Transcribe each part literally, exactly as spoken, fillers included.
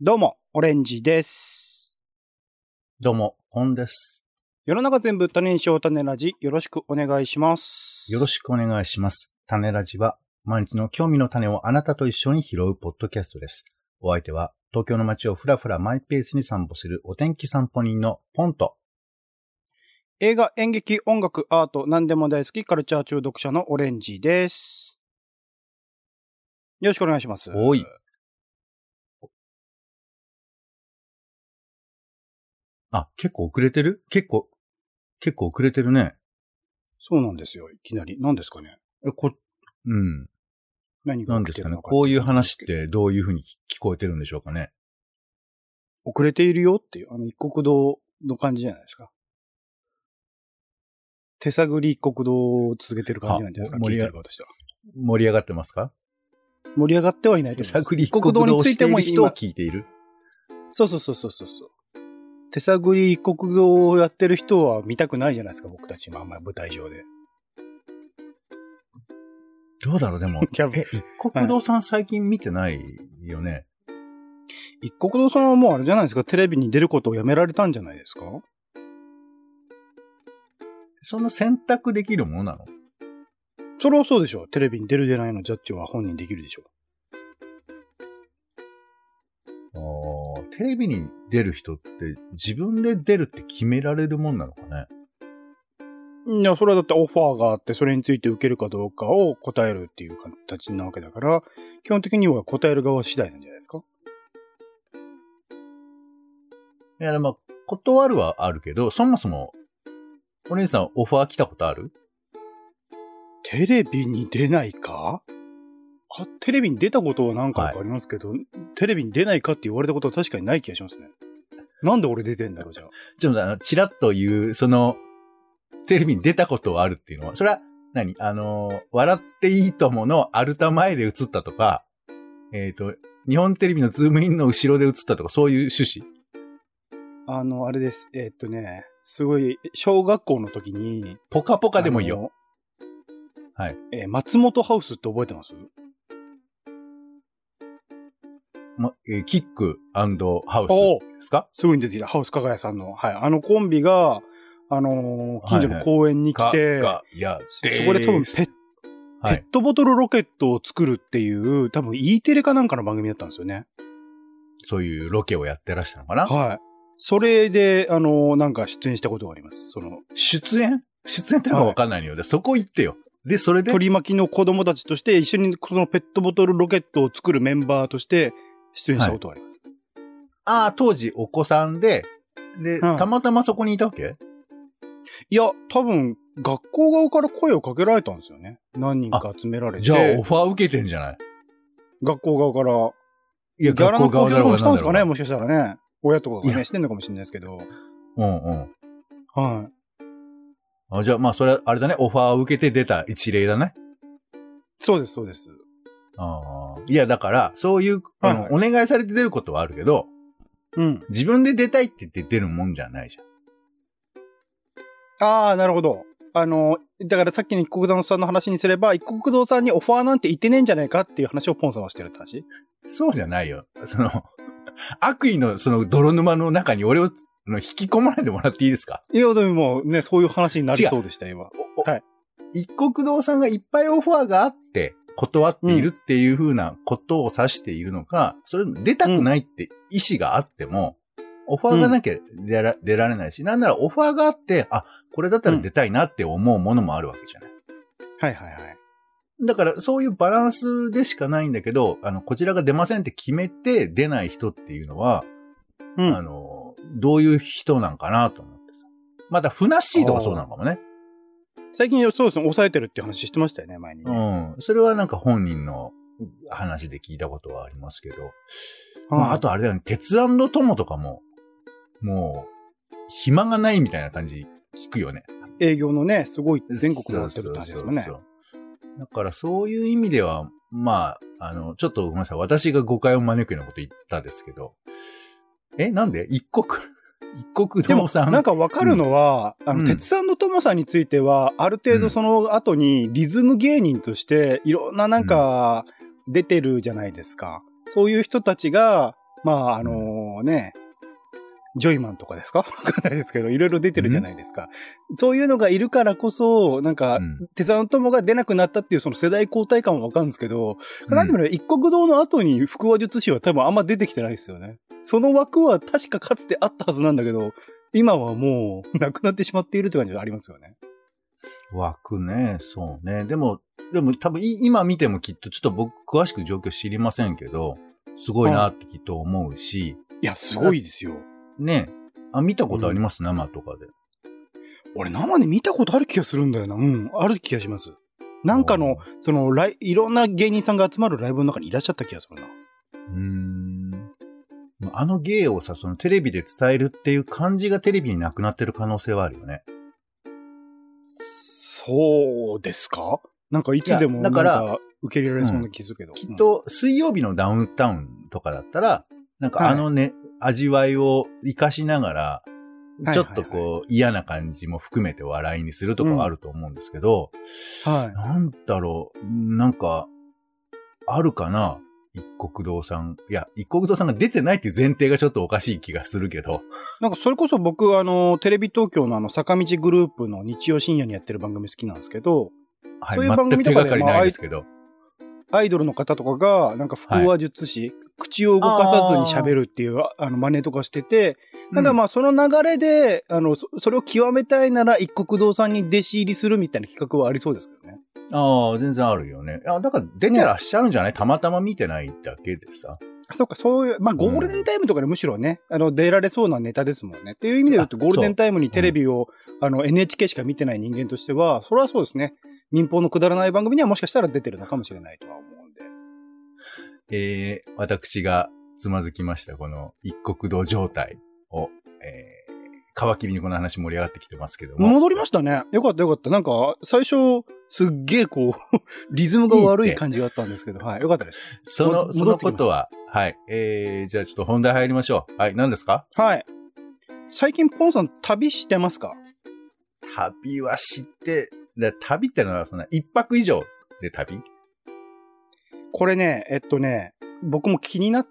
どうも、オレンジです。 どうも、ポンです。 世の中全部種にしよう種ラジ、よろしくお願いします。 よろしくお願いします。種ラジは、毎日の興味の種をあなたと一緒に拾うポッドキャストです。お相手は、東京の街をふらふらマイペースに散歩するお天気散歩人のポンと、 映画、演劇、音楽、アート、何でも大好き、カルチャー中毒者のオレンジです。よろしくお願いします。 おい。あ、結構遅れてる？結構、結構遅れてるね。 そうなんですよ。いきなり。何ですかね。 え、こ、うん。 何が起きてるのか。 何ですかね。こういう話ってどういうふうに聞こえてるんでしょうかね。 遅れているよっていう、あの、一国道の感じじゃないですか。手探り一国道を続けてる感じなんじゃないですか。聞いてる方としては。 盛り上がってますか？ 盛り上がってはいないと思います。 手探り一国道をしている人を聞いている。 そうそうそうそうそうそう。手探り一国道をやってる人は見たくないじゃないですか、僕たち今、あんまり舞台上で。 どうだろう、でも。え、一国道さん最近見てないよね。 はい、一国道さんはもうあれじゃないですか、テレビに出ることをやめられたんじゃないですか？ そんな選択できるものなの？ それはそうでしょう。テレビに出る出ないのジャッジは本人できるでしょう。 テレビに出る人って自分で出るって決められるもんなのかね？ いや、それはだってオファーがあって、それについて受けるかどうかを答えるっていう形なわけだから、基本的には答える側次第なんじゃないですか？ いや、まあ、断るはあるけど、そもそも、お姉さんオファー来たことある？ テレビに出ないか？あ、テレビに出たことは何回かありますけど、はい、テレビに出ないかって言われたことは確かにない気がしますね。なんで俺出てんだろう、じゃあ。 ちょっとあの、チラッと言う、その、テレビに出たことはあるっていうのは、それは何、あのー、笑っていいとものアルタ前で映ったとか、えっと、日本テレビのズームインの後ろで映ったとか、そういう趣旨？ あの、あれです。えー、っとね、すごい、小学校の時に、 ポカポカでもいいよ。はい。 えー、松本ハウスって覚えてます？ ま、えー、キック&ハウスですか？ すぐに出てきた。ハウスかがやさんの。はい。あのコンビが、あのー、近所の公園に来て、はいはい、かいやそこで多分ペッ、はい、ペットボトルロケットを作るっていう、多分 E テレかなんかの番組だったんですよね。 そういうロケをやってらしたのかな？ はい。それで、あのー、なんか出演したことがあります。その。 出演出演ってのがわかんないのよ。はい、そこ行ってよ。で、それで取り巻きの子供たちとして一緒にこのペットボトルロケットを作るメンバーとして出演したことがあります。はい、 ああ、当時お子さんで、で、うん、たまたまそこにいたわけ？ いや、多分、学校側から声をかけられたんですよね。何人か集められて。 じゃあ、オファー受けてんじゃない？ 学校側から。 いや、学校側から。 もしたんですかね？もしかしたらね。親とかがね、してんのかもしれないですけど。 うんうん。 はい。 あ、じゃあ、まあ、それ、あれだね。オファーを受けて出た一例だね。 そうです、そうです。 ああ。いや、だから、そういう、あの、はいはい、お願いされて出ることはあるけど、 うん。 自分で出たいって言って出るもんじゃないじゃん。 ああ、なるほど。あの、だからさっきの一国堂さんの話にすれば、一国堂さんにオファーなんて言ってねえんじゃないかっていう話をポンさんはしてるって話？ そうじゃないよ。その、悪意のその泥沼の中に俺を引き込まないでもらっていいですか？ いや、でももうね、そういう話になりそうでした、今。はい。 一国堂さんがいっぱいオファーがあって、断っているっていう風なことを指しているのか、うん、それ出たくないって意思があっても、オファーがなきゃ出ら、うん、出られないし、なんならオファーがあって、あ、これだったら出たいなって思うものもあるわけじゃない。 うん、はいはいはい。 だからそういうバランスでしかないんだけど、あの、こちらが出ませんって決めて出ない人っていうのは、うん、あの、どういう人なんかなと思ってさ。また、ふなっしーとかそうなのかもね。 最近そうですね、抑えてるっていう話してましたよね、前に、ね。 うん。それはなんか本人の話で聞いたことはありますけど。うん、まあ、あとあれだよね、鉄腕友とかも、もう、暇がないみたいな感じ聞くよね。 営業のね、すごい全国回ってるって話ですもんね。 そうそうそうそう。だからそういう意味では、まあ、あの、ちょっとごめんなさい。私が誤解を招くようなこと言ったですけど。え、なんで一国一国堂さん。 でもなんかわかるのは、うん、あの、鉄腕の友さんについては、ある程度その後にリズム芸人としていろんななんか出てるじゃないですか。そういう人たちが、 まあ、あのー、ね、ジョイマンとかですかわかんないですけど、いろいろ出てるじゃないですか。そういうのがいるからこそ、なんか、うん、テザの友が出なくなったっていうその世代交代感はわかるんですけど、うん、なんていうの、一国道の後に腹話術師は多分あんま出てきてないですよね。その枠は確かかつてあったはずなんだけど、今はもうなくなってしまっているって感じがありますよね。 枠ね、そうね。でも、でも多分今見てもきっとちょっと僕詳しく状況知りませんけど、すごいなってきっと思うし。 いや、すごいですよ。 ねえ。あ、見たことあります、うん、生とかで。 俺生で見たことある気がするんだよな。うん、ある気がします。なんかの、その、ライ、いろんな芸人さんが集まるライブの中にいらっしゃった気がするな。 うーん。あの芸をさ、そのテレビで伝えるっていう感じがテレビになくなってる可能性はあるよね。 そうですか？なんかいつでもなんか受け入れられそうな気するけど。 うん、きっと水曜日のダウンタウンとかだったら、なんかあのね、はい、味わいを活かしながら、ちょっとこう、はいはいはい、嫌な感じも含めて笑いにするとかはあると思うんですけど、うん、はい。なんだろう、なんか、あるかな一国堂さん。いや、一国堂さんが出てないっていう前提がちょっとおかしい気がするけど。 なんかそれこそ僕、あの、テレビ東京のあの、坂道グループの日曜深夜にやってる番組好きなんですけど、 はい、そういう番組とかで、全く手がかりないですけど。 まあ、アイドルの方とかが、なんか腹話術師、はい、口を動かさずに喋るっていう、あ, あの、真似とかしてて、なんかまあ、その流れで、あのそ、それを極めたいなら、一国堂さんに弟子入りするみたいな企画はありそうですけどね。 ああ、全然あるよね。あ、だから出てらっしゃるんじゃない、ね、たまたま見てないだけでさ。 あ、そうか、そういう、まあ、ゴールデンタイムとかでむしろね、うん、あの、出られそうなネタですもんね。っていう意味で言うと、ゴールデンタイムにテレビを、うん、あの、エヌエイチケー しか見てない人間としては、それはそうですね。民放のくだらない番組にはもしかしたら出てるのかもしれないとは思うんで。 えー、私がつまずきました、この一国道状態を、えー、皮切りにこの話盛り上がってきてますけども。 戻りましたね。よかったよかった。なんか、最初、すっげえこう、リズムが悪い感じがあったんですけど、はい、よかったです。 その、そのことは、はい。えー、じゃあちょっと本題入りましょう。はい、何ですか？ はい。最近、ポンさん、旅してますか？ 旅は知って、で旅ってのは、そんな一泊以上で旅？ これね、えっとね、僕も気になって、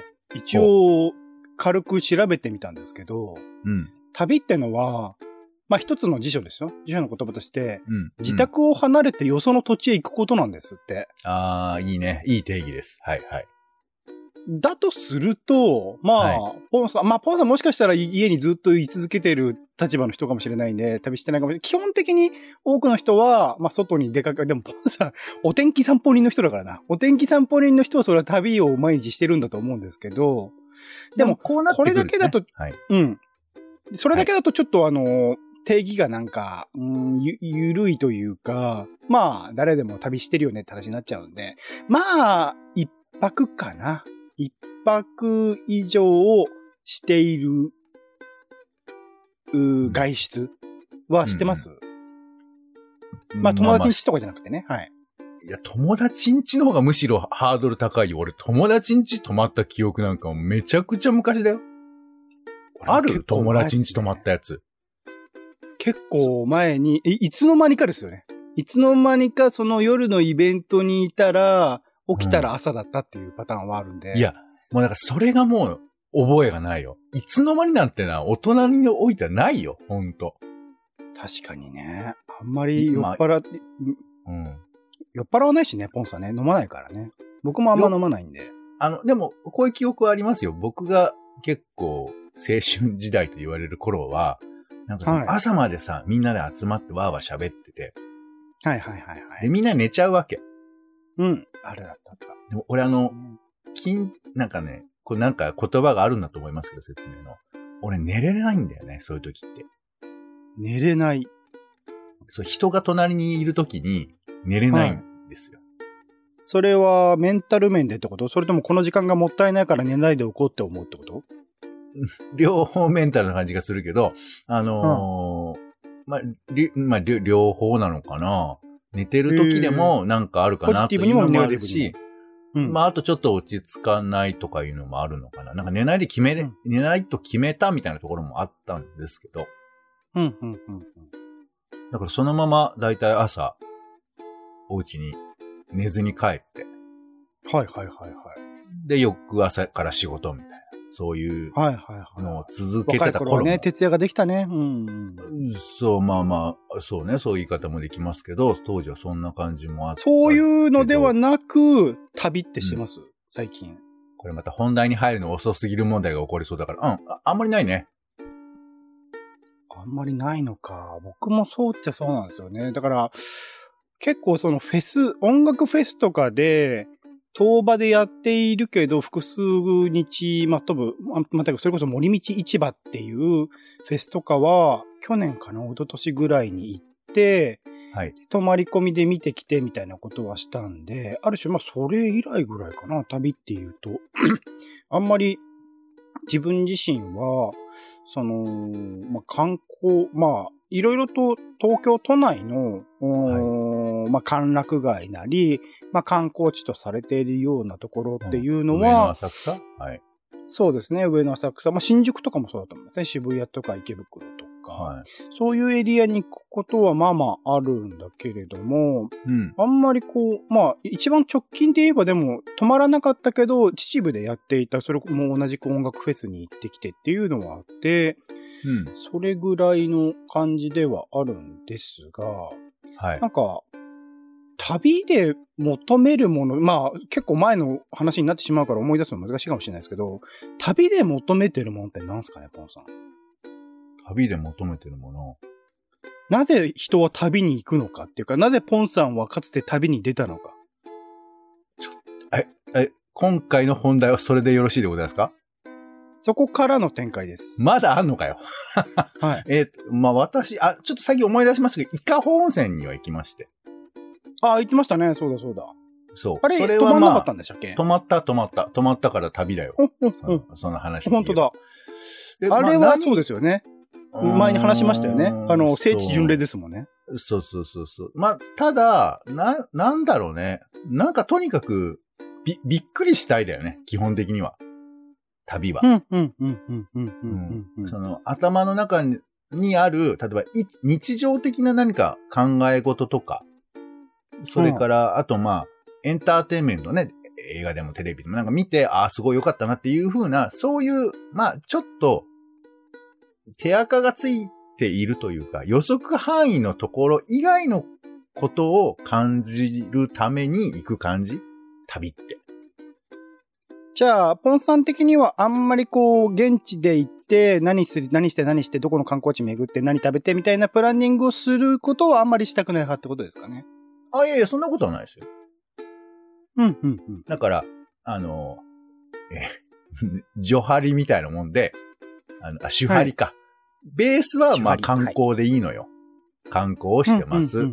一応、軽く調べてみたんですけど、 うん。 旅ってのは、まあ、一つの辞書ですよ。辞書の言葉として、 うん、 自宅を離れてよその土地へ行くことなんですって。 ああ、いいね。いい定義です。はいはい。 だとすると、まあ、はい、ポンさん、まあ、ポンさんもしかしたら家にずっと居続けている立場の人かもしれないんで、旅してないかもしれない。基本的に多くの人は、まあ、外に出かけ、でもポンさん、お天気散歩人の人だからな。お天気散歩人の人はそれは旅を毎日してるんだと思うんですけど、でも、こうなってくる、ね、これだけだと、 はい、 うん。それだけだとちょっとあの、定義がなんか、うん、ゆ、ゆるいというか、まあ、誰でも旅してるよねって話になっちゃうんで、まあ、一泊かな。一泊以上をしている、う、外出はしてます、うん、まあ、友達ん家とかじゃなくてね。まあまあ、はい。 いや、友達ん家の方がむしろハードル高いよ。俺、友達ん家泊まった記憶なんかもめちゃくちゃ昔だよ。ある？友達ん家泊まったやつ。 結構前に、い、いつの間にかですよね。いつの間にかその夜のイベントにいたら、起きたら朝だったっていうパターンはあるんで。 うん、いや、もうなんかそれがもう覚えがないよ。いつの間になんてな、大人においてはないよ、ほんと。 確かにね。あんまり酔っ払って、 うん。 酔っ払わないしね、ポンさんね。飲まないからね。僕もあんま飲まないんで。 あの、でも、こういう記憶はありますよ。僕が結構青春時代と言われる頃は、なんかその朝までさ、はい、みんなで集まってわーわー喋ってて。 はいはいはいはい。 で、みんな寝ちゃうわけ。 うん。あれだったあった。 でも俺あの、金、なんかね、これなんか言葉があるんだと思いますけど、説明の。俺寝れないんだよね、そういう時って。 寝れない。 そう、人が隣にいる時に寝れないんですよ。はい、 それはメンタル面でってこと？それともこの時間がもったいないから寝ないでおこうって思うってこと？ 両方メンタルな感じがするけど、あのー、うん、まあ、り、まあ、両方なのかな。寝てる時でもなんかあるかなというのもあるし、うん、まあ、あとちょっと落ち着かないとかいうのもあるのかな。なんか寝ないで決め、うん、寝ないと決めたみたいなところもあったんですけど。 うん、うん、うん。 だからそのままだいたい朝、お家に寝ずに帰って。 はいはいはいはい。 で、翌朝から仕事みたいな。そういうのを続けてた頃も。 若い頃ね、徹夜ができたね。うん。 そう、まあまあ、そうね、そういう言い方もできますけど、当時はそんな感じもあった。 そういうのではなく、旅ってしてます、うん、最近。 これまた本題に入るの遅すぎる問題が起こりそうだから、うん、あ, あんまりないね。 あんまりないのか。僕もそうっちゃそうなんですよね。だから、結構そのフェス、音楽フェスとかで、当場でやっているけど、複数日、まあ、飛ぶ、また、それこそ森道市場っていうフェスとかは、去年かな、一昨年ぐらいに行って、 はい。 泊まり込みで見てきてみたいなことはしたんで、ある種、まあ、それ以来ぐらいかな、旅っていうと。あんまり、自分自身は、その、まあ、観光、まあ、いろいろと東京都内の、はい、まあ、歓楽街なり、まあ、観光地とされているようなところっていうのは、うん、 上野浅草はい。 そうですね、上野浅草。まあ、新宿とかもそうだと思いますね。渋谷とか池袋とか。はい、そういうエリアに行くことはまあまああるんだけれども、うん、あんまりこう、まあ、一番直近で言えばでも、止まらなかったけど、秩父でやっていた、それも同じく音楽フェスに行ってきてっていうのはあって、うん、それぐらいの感じではあるんですが、はい、なんか、旅で求めるもの、まあ結構前の話になってしまうから思い出すの難しいかもしれないですけど、旅で求めてるものって何すかね、ポンさん。 旅で求めてるもの。 なぜ人は旅に行くのかっていうか、なぜポンさんはかつて旅に出たのか。 ちょっと、え、え、今回の本題はそれでよろしいでございますか？ そこからの展開です。 まだあんのかよ。 はい。 えっと、まあ、私、あ、ちょっと最近思い出しましたけど、伊香保温泉には行きまして。 ああ、行ってましたね。そうだそうだ。 そう。 あれ、それはまあ、止まんなかったんでしたっけ？ 止まった、止まった。止まったから旅だよ。 うんうんうん。 そ, その話。 本当だ。あれはそうですよね。前に話しましたよね。あの、聖地巡礼ですもんね。 そうそうそうそう。まあ、ただ、な、なんだろうね。なんかとにかく、び、びっくりしたいだよね。基本的には。旅は。 うんうんうんうんうんうん。 その、頭の中に、にある、例えば、日常的な何か考え事とか、それから、あとまあ、エンターテインメントね、映画でもテレビでもなんか見て、ああ、すごい良かったなっていう風な、そういう、まあ、ちょっと、手垢がついているというか、予測範囲のところ以外のことを感じるために行く感じ？旅って。 じゃあ、ポンさん的にはあんまりこう、現地で行って、何する、何して何して、どこの観光地巡って何食べてみたいなプランニングをすることはあんまりしたくない派ってことですかね？ あ、いやいや、そんなことはないですよ。 うん、うん、うん。 だから、あの、え、ジョハリみたいなもんで、あの、あ、シュハリか。はい、ベースはまあ観光でいいのよ。はい、観光をしてます。うんうんうん、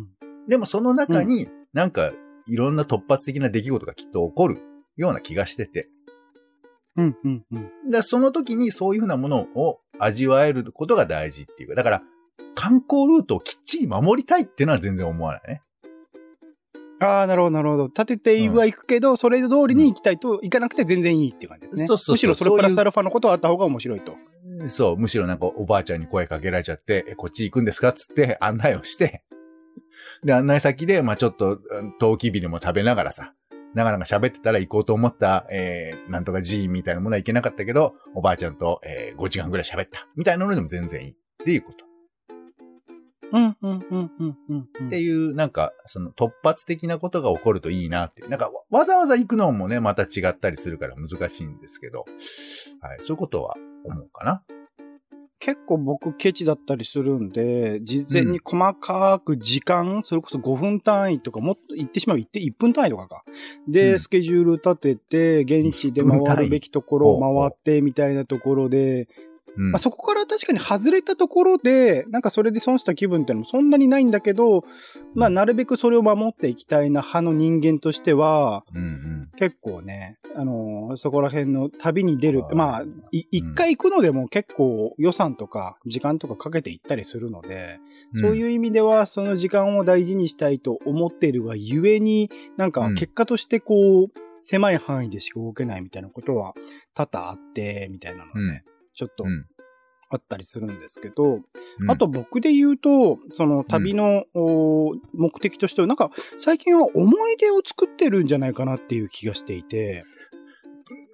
でもその中になんかいろんな突発的な出来事がきっと起こるような気がしてて。 うんうんうん、 でその時にそういうふうなものを味わえることが大事っていうか、だから観光ルートをきっちり守りたいっていうのは全然思わないね。 ああ、なるほど、なるほど。立てては行くけど、うん、それ通りに行きたいと、行かなくて全然いいっていう感じですね。そうそうそう。むしろそれプラスアルファのことがあった方が面白いと。 そう、むしろなんかおばあちゃんに声かけられちゃって、え、こっち行くんですかつって案内をして、で、案内先で、まあちょっと、トウキビでも食べながらさ、なかなか喋ってたら行こうと思った、えー、なんとか寺院みたいなものは行けなかったけど、おばあちゃんと、えー、ごじかんぐらい喋った。みたいなのでも全然いい。っていうこと。 うん、うん、うん、うん、うん。 っていう、なんか、その突発的なことが起こるといいなっていう。なんか、わざわざ行くのもね、また違ったりするから難しいんですけど、はい、そういうことは思うかな。 結構僕ケチだったりするんで、事前に細かく時間、うん、それこそごふん単位とかもっと言ってしまう、言っていっぷん単位とかか。で、うん、スケジュール立てて、現地で回るべきところを回ってみたいなところで、うんまあ、そこから確かに外れたところで、なんかそれで損した気分ってのもそんなにないんだけど、まあなるべくそれを守っていきたいな派の人間としては、うんうん、結構ね、あのー、そこら辺の旅に出るって、まあ、い、一回行くのでも結構予算とか時間とかかけて行ったりするので、うん、そういう意味ではその時間を大事にしたいと思っているがゆえに、なんか結果としてこう、狭い範囲でしか動けないみたいなことは多々あって、みたいなのね。うんちょっとあったりするんですけど、うん、あと僕で言うと、その旅の、うん、目的としては、なんか最近は思い出を作ってるんじゃないかなっていう気がしていて。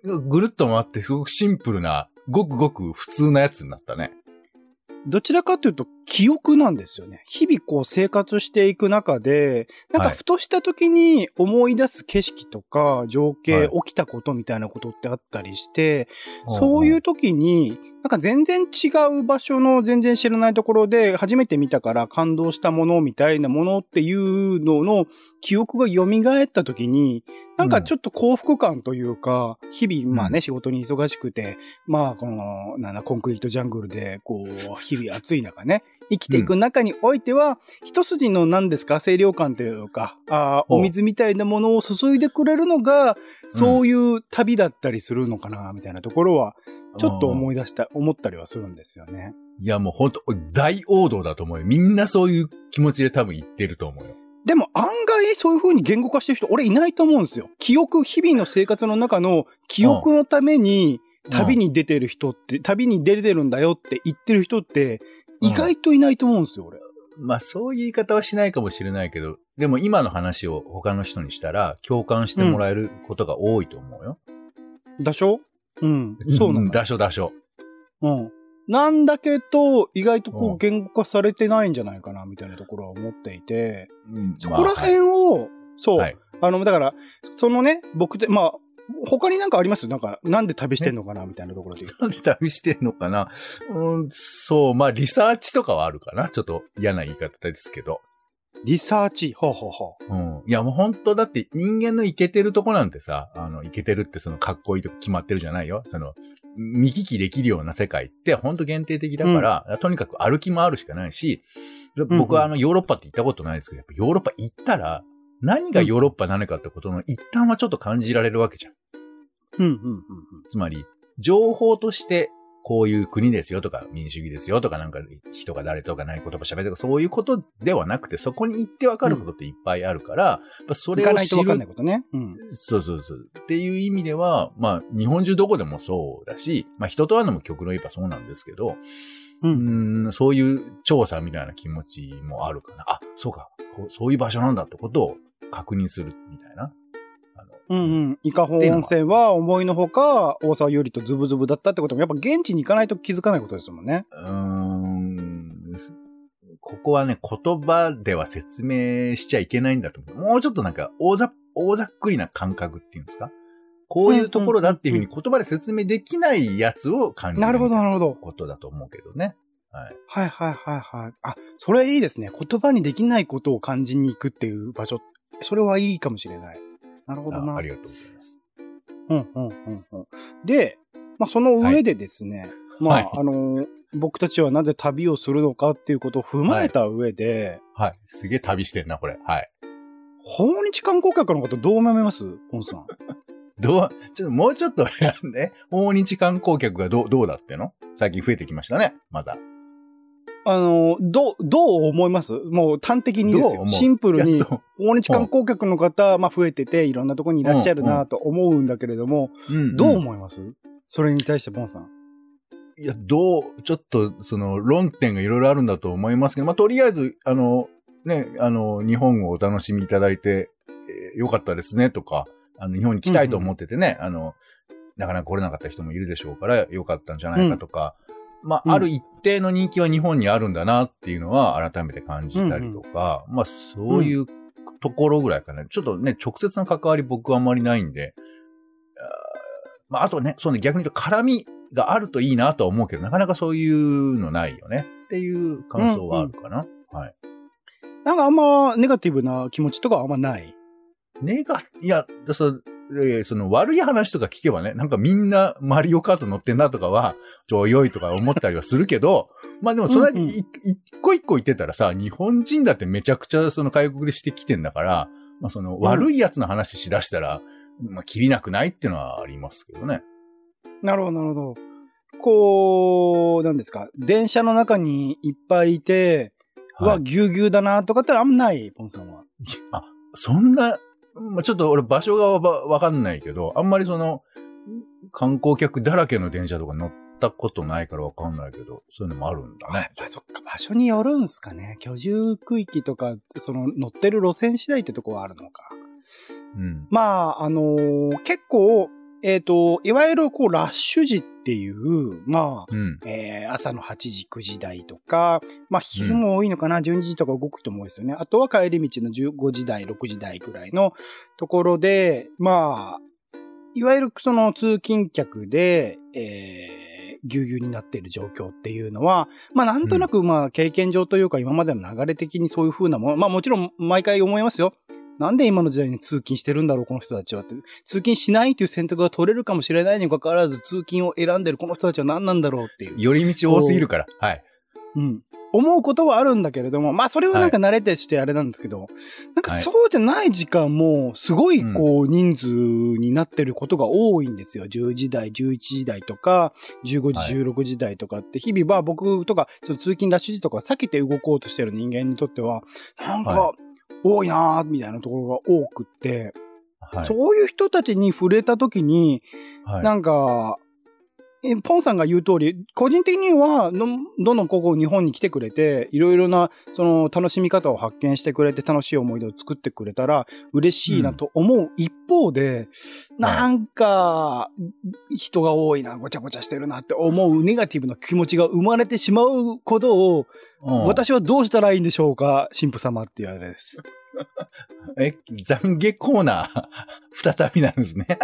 ぐるっと回ってすごくシンプルな、ごくごく普通なやつになったね。 どちらかというと記憶なんですよね。日々こう生活していく中で、なんかふとした時に思い出す景色とか情景、起きたことみたいなことってあったりして、はい、そういう時に、なんか全然違う場所の全然知らないところで初めて見たから感動したものみたいなものっていうのの記憶が蘇った時に、なんかちょっと幸福感というか、日々まあね、うん、仕事に忙しくて、まあこの、なんだ、コンクリートジャングルで、こう、日々暑い中ね、生きていく中においては、うん、一筋の何ですか、清涼感というか、あお水みたいなものを注いでくれるのが、そういう旅だったりするのかな、みたいなところは、ちょっと思い出した、思ったりはするんですよね。 いやもうほんと、大王道だと思うよ。みんなそういう気持ちで多分言ってると思うよ。 でも案外そういう風に言語化してる人、俺いないと思うんですよ。記憶、日々の生活の中の記憶のために旅に出てる人って、うん、旅に出てるんだよって言ってる人って、意外といないと思うんですよ、俺。 まあそういう言い方はしないかもしれないけど、でも今の話を他の人にしたら共感してもらえることが多いと思うよ。 うん、だしょうん。そうなんだ。 だしょだしょ。 うん。なんだけど、意外とこう言語化されてないんじゃないかな、みたいなところは思っていて、うん、そこら辺を、まあはい、そう、はい、あの、だから、そのね、僕で、まあ、他になんかあります？なんか、なんで旅してんのかなみたいなところで。 なんで旅してんのかなうん、そう、まあ、リサーチとかはあるかな。ちょっと嫌な言い方ですけど。 リサーチほうほうほう。うん。いや、もう本当だって人間のイケてるとこなんてさ、あの、イケてるってそのかっこいいとこ決まってるじゃないよ。その、見聞きできるような世界って本当限定的だから、うん、とにかく歩き回るしかないし、僕はあの、ヨーロッパって行ったことないですけど、やっぱヨーロッパ行ったら、何がヨーロッパなのかってことの一端はちょっと感じられるわけじゃん。 うんうんうんうん、 つまり、情報として、こういう国ですよとか、民主主義ですよとか、なんか人が誰とか何言葉喋るとか、そういうことではなくて、そこに行ってわかることっていっぱいあるから、うん、やっぱそれを知る。行かないとわかんないことね。うん。そうそうそう。っていう意味では、まあ、日本中どこでもそうだし、まあ、人と会うのも極論言えばそうなんですけど、うん、うーんそういう調査みたいな気持ちもあるかな。あ、そうか。そういう場所なんだってことを確認するみたいな。 うんうん。伊香保温泉は思いのほか、大沢よりとズブズブだったってことも、やっぱ現地に行かないと気づかないことですもんね。 うーん。ここはね、言葉では説明しちゃいけないんだと思う。もうちょっとなんか、大ざ、大ざっくりな感覚っていうんですか？こういうところだっていうふうに言葉で説明できないやつを感じる。 なるほど、なるほど。 ことだと思うけどね。はい。 はいはいはいはい。あ、それいいですね。言葉にできないことを感じに行くっていう場所。それはいいかもしれない。なるほどな。 あ、ありがとうございます。 うんうんうんうん。で、まあその上でですね、はい、まあ、はい、あのー、僕たちはなぜ旅をするのかっていうことを踏まえた上で、 はい。はい、すげえ旅してんな、これ。はい。 訪日観光客のことどう思いますポンさん。 どう、ちょっともうちょっとね、訪日観光客がどう、どうだっての？最近増えてきましたね、まだ。 あの、どう、どう思います？もう端的にですよ。シンプルに、訪日観光客の方、まあ増えてて、いろんなところにいらっしゃるなと思うんだけれども、うんうん、どう思います？それに対して、ボンさん。 いや、どう、ちょっと、その、論点がいろいろあるんだと思いますけど、まあとりあえず、あの、ね、あの、日本をお楽しみいただいて、えー、よかったですね、とか、あの、日本に来たいと思っててね、うんうん、あの、なかなか来れなかった人もいるでしょうから、よかったんじゃないかとか、うん、まあ、うん、ある一定の人気は日本にあるんだなっていうのは改めて感じたりとか、うんうん、まあ、そういうところぐらいかね。ちょっとね、直接の関わり僕はあんまりないんで、あまあ、あとね、そうね、逆に言うと絡みがあるといいなとは思うけど、なかなかそういうのないよねっていう感想はあるかな。うんうん、はい。 なんかあんまネガティブな気持ちとかはあんまない？ ネガ、いや、そその悪い話とか聞けばね、なんかみんなマリオカート乗ってんなとかは、ちょ、良いとか思ったりはするけど、まあでもそれに一個一個言ってたらさ、日本人だってめちゃくちゃその外国でしてきてんだから、まあその悪いやつの話しだしたら、うん、まあ切りなくないっていうのはありますけどね。 なるほど、なるほど。こう、なんですか、電車の中にいっぱいいて、はい、わ、ぎゅうぎゅうだなとかってあんまない、ポンさんは。 あ、そんな、まあ、ちょっと俺場所がわ、わかんないけど、あんまりその、観光客だらけの電車とか乗ったことないからわかんないけど、そういうのもあるんだね。 あ、そっか、場所によるんすかね。居住区域とか、その乗ってる路線次第ってとこはあるのか。 うん。 まあ、あのー、結構、 えっ、と、いわゆるこう、ラッシュ時っていう、まあ、 うん。 えー、朝のはちじ、くじ台とか、まあ、昼も多いのかな、うん、じゅうにじとか動く人も多いですよね。あとは帰り道のじゅうごじ台、ろくじ台ぐらいのところで、まあ、いわゆるその通勤客で、えー、ぎゅうぎゅうになっている状況っていうのは、まあなんとなくまあ経験上というか今までの流れ的にそういう風なもの、まあもちろん毎回思いますよ。なんで今の時代に通勤してるんだろう、この人たちはって。通勤しないという選択が取れるかもしれないにもかかわらず、通勤を選んでるこの人たちは何なんだろうっていう。 寄り道多すぎるから。はい。 うん。思うことはあるんだけれども、まあそれはなんか慣れてしてあれなんですけど、はい、なんかそうじゃない時間も、すごいこう人数になってることが多いんですよ。じゅうじ台、じゅういちじ台とか、じゅうごじ、じゅうろくじ台とかって、日々は僕とか、通勤ラッシュ時とか避けて動こうとしてる人間にとっては、なんか多いなーみたいなところが多くって、はい、そういう人たちに触れたときに、はい、なんか、ポンさんが言う通り、個人的にはど、どんどんここ日本に来てくれて、いろいろな、その、楽しみ方を発見してくれて、楽しい思い出を作ってくれたら、嬉しいなと思う一方で、うん、なんか、人が多いな、ごちゃごちゃしてるなって思うネガティブな気持ちが生まれてしまうことを、私はどうしたらいいんでしょうか、神父様っていうあれです。 え、懺悔コーナー、再びなんですね。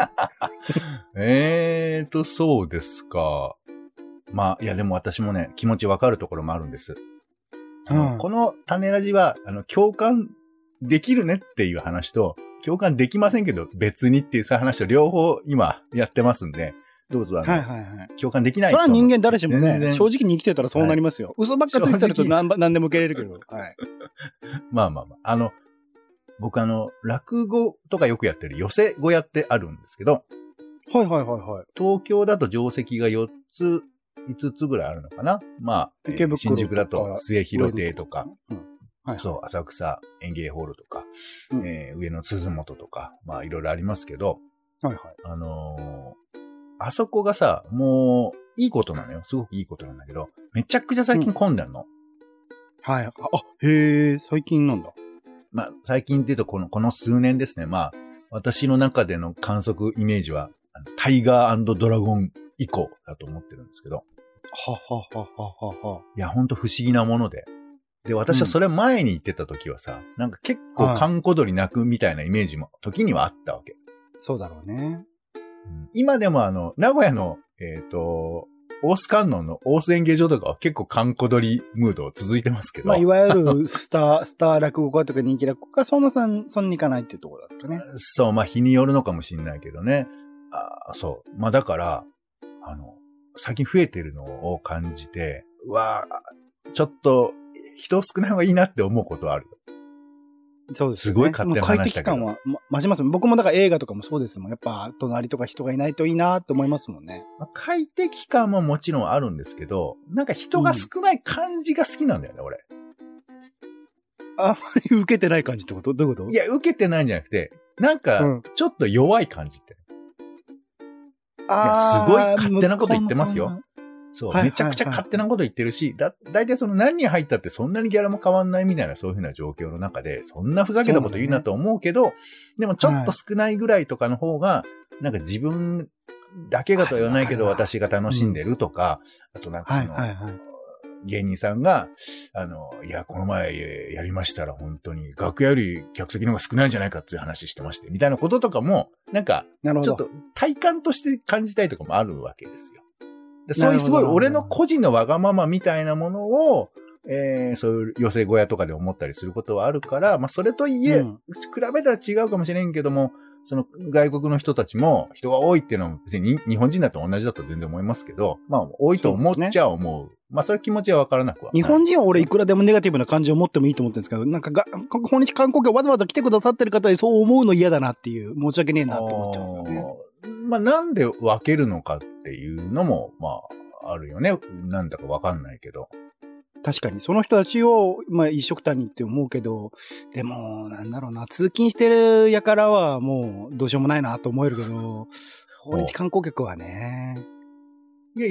えーと、そうですか。まあ、いやでも私もね、気持ちわかるところもあるんです。うん、この種ラジは、あの、共感できるねっていう話と、共感できませんけど別にっていうそういう話と両方今やってますんで、どうぞあの、はいはいはい、共感できない人も。 それは人間誰しもね、正直に生きてたらそうなりますよ。はい、嘘ばっかついてると何, 何でも受け入れるけど。はい。 まあまあまあ。あの、僕あの、落語とかよくやってる寄せ小屋ってあるんですけど。 はいはいはいはい。 東京だと定石がよっつ、いつつぐらいあるのかな。まあ、えー、新宿だと末広亭とか、うんはいはい、そう、浅草園芸ホールとか、うんえー、上野鈴本とか、まあいろいろありますけど、 はいはい。 あのー、あそこがさ、もう、いいことなのよ。すごくいいことなんだけど、めちゃくちゃ最近混んでるの。うん、 はい。あ、へえ、最近なんだ。 まあ、最近って言うとこの、この数年ですね。まあ、私の中での観測イメージは、タイガー&ドラゴン以降だと思ってるんですけど。 はははははは。 いや、ほんと不思議なもので。で、私はそれ前に言ってた時はさ、うん、なんか結構閑古鳥鳴くみたいなイメージも時にはあったわけ。 そうだろうね。 うん、今でもあの、名古屋の、えっと、大須観音の大須演芸場とかは結構閑古鳥ムード続いてますけど。 まあ、いわゆるスター、スター落語家とか人気落語家、そんなさん、そんなにいかないっていうところですかね。 そう、まあ日によるのかもしれないけどね。あそう。まあだから、あの、最近増えてるのを感じて、うわぁ、ちょっと人少ない方がいいなって思うことはある。 そうですね。 すごい勝手な話だけど。 快適感は、ま、増しますもん。僕もだから映画とかもそうですもん。やっぱ、隣とか人がいないといいなって思いますもんね。 まあ、快適感ももちろんあるんですけど、なんか人が少ない感じが好きなんだよね、うん、俺。 あんまり受けてない感じってこと？どういうこと？ いや、受けてないんじゃなくて、なんか、ちょっと弱い感じって。うん、いや、すごい勝手なこと言ってますよ。そう、はいはいはい、めちゃくちゃ勝手なこと言ってるし、だ、だいたいその何人入ったってそんなにギャラも変わんないみたいなそういうふうな状況の中で、そんなふざけたこと言うなと思うけど、ね、でもちょっと少ないぐらいとかの方が、はい、なんか自分だけがとは言わないけど私が楽しんでるとか、うん、あとなんかその、はいはいはい、芸人さんが、あの、いや、この前やりましたら本当に楽屋より客席の方が少ないんじゃないかっていう話してまして、みたいなこととかも、なんか、ちょっと体感として感じたいとかもあるわけですよ。そういうすごい俺の個人のわがままみたいなものを、えー、そういう寄せ小屋とかで思ったりすることはあるから、まあそれといえ、うん、比べたら違うかもしれんけども、その外国の人たちも人が多いっていうのは別に日本人だと同じだと全然思いますけど、まあ多いと思っちゃ思う。うね、まあそういう気持ちはわからなくは。 日本人は俺いくらでもネガティブな感じを持ってもいいと思ってるんですけど、なんかが、訪日観光客わざわざ来てくださってる方にそう思うの嫌だなっていう、申し訳ねえなと思っちゃうんですよね。 まあなんで分けるのかっていうのも、まあ、あるよね。なんだかわかんないけど。 確かに、その人たちを、まあ、一緒くたにって思うけど、でも、なんだろうな、通勤してるやからはもうどうしようもないなと思えるけど、訪日観光客はね。 いやいや、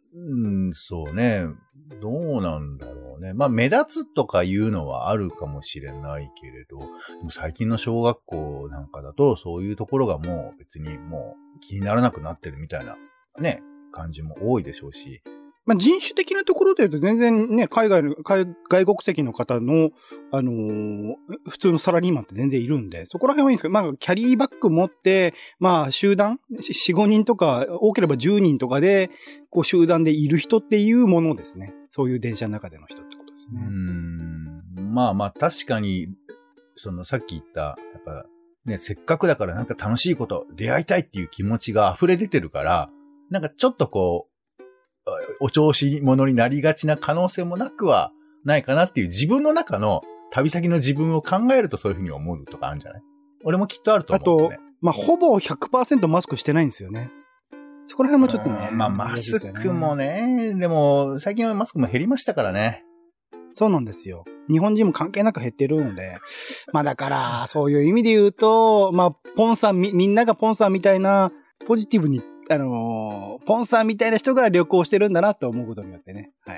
うん、そうね。どうなんだろうね。まあ、目立つとかいうのはあるかもしれないけれど、でも最近の小学校なんかだと、そういうところがもう別にもう気にならなくなってるみたいなね、感じも多いでしょうし。 まあ、人種的なところで言うと全然ね、海外の、海外国籍の方の、あのー普通のサラリーマンって全然いるんで、そこら辺はいいんですけど、まあ、キャリーバッグ持って、まあ、集団、よん、ごにんとか、多ければじゅうにんとかで、こう、集団でいる人っていうものですね。そういう電車の中での人ってことですね。 うーん。まあまあ、確かに、そのさっき言った、やっぱ、ね、せっかくだからなんか楽しいこと、出会いたいっていう気持ちが溢れ出てるから、なんかちょっとこう、お調子者になりがちな可能性もなくはないかなっていう自分の中の旅先の自分を考えるとそういうふうに思うとかあるんじゃない？俺もきっとあると思う、ね。 あと、まあ、ほぼ ひゃくパーセント マスクしてないんですよね。そこら辺もちょっとね。 まあ、マスクもね、でも、最近はマスクも減りましたからね。 そうなんですよ。日本人も関係なく減ってるので。まあだから、そういう意味で言うと、まあ、ポンさんみ、みんながポンさんみたいな、ポジティブに、あのー、ポンさんみたいな人が旅行してるんだなと思うことによってね。はい。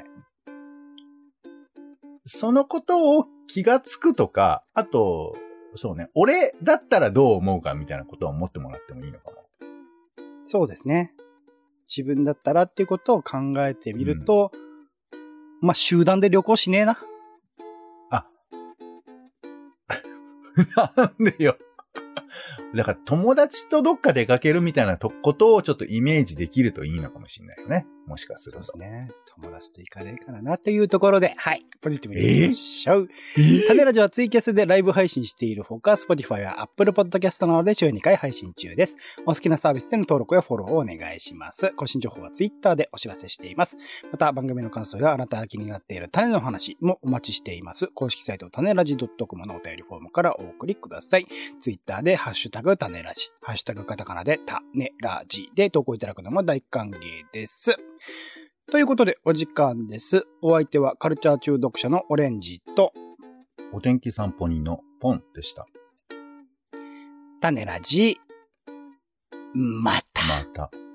そのことを気がつくとか、あと、そうね、俺だったらどう思うかみたいなことを思ってもらってもいいのかも。 そうですね。自分だったらっていうことを考えてみると、うん、まあ、集団で旅行しねえな。 あ。なんでよ。だから友達とどっか出かけるみたいなことをちょっとイメージできるといいのかもしれないよね。もしかすると。 そうですね。友達と行かねえからなっていうところで、はい。ポジティブに行きましょう。えー、種ラジはツイキャスでライブ配信しているほか、Spotify や Apple Podcast などで週にかい配信中です。お好きなサービスでの登録やフォローをお願いします。更新情報は Twitter でお知らせしています。また番組の感想やあなたが気になっている種の話もお待ちしています。公式サイト種ラジ .com のお便りフォームからお送りください。Twitter でハッシュタグ種ラジ、ハッシュタグカタカナで種ラジで投稿いただくのも大歓迎です。ということでお時間です。お相手はカルチャー中毒者のオレンジとお天気散歩人のポンでした。 種ラジ、また。 また。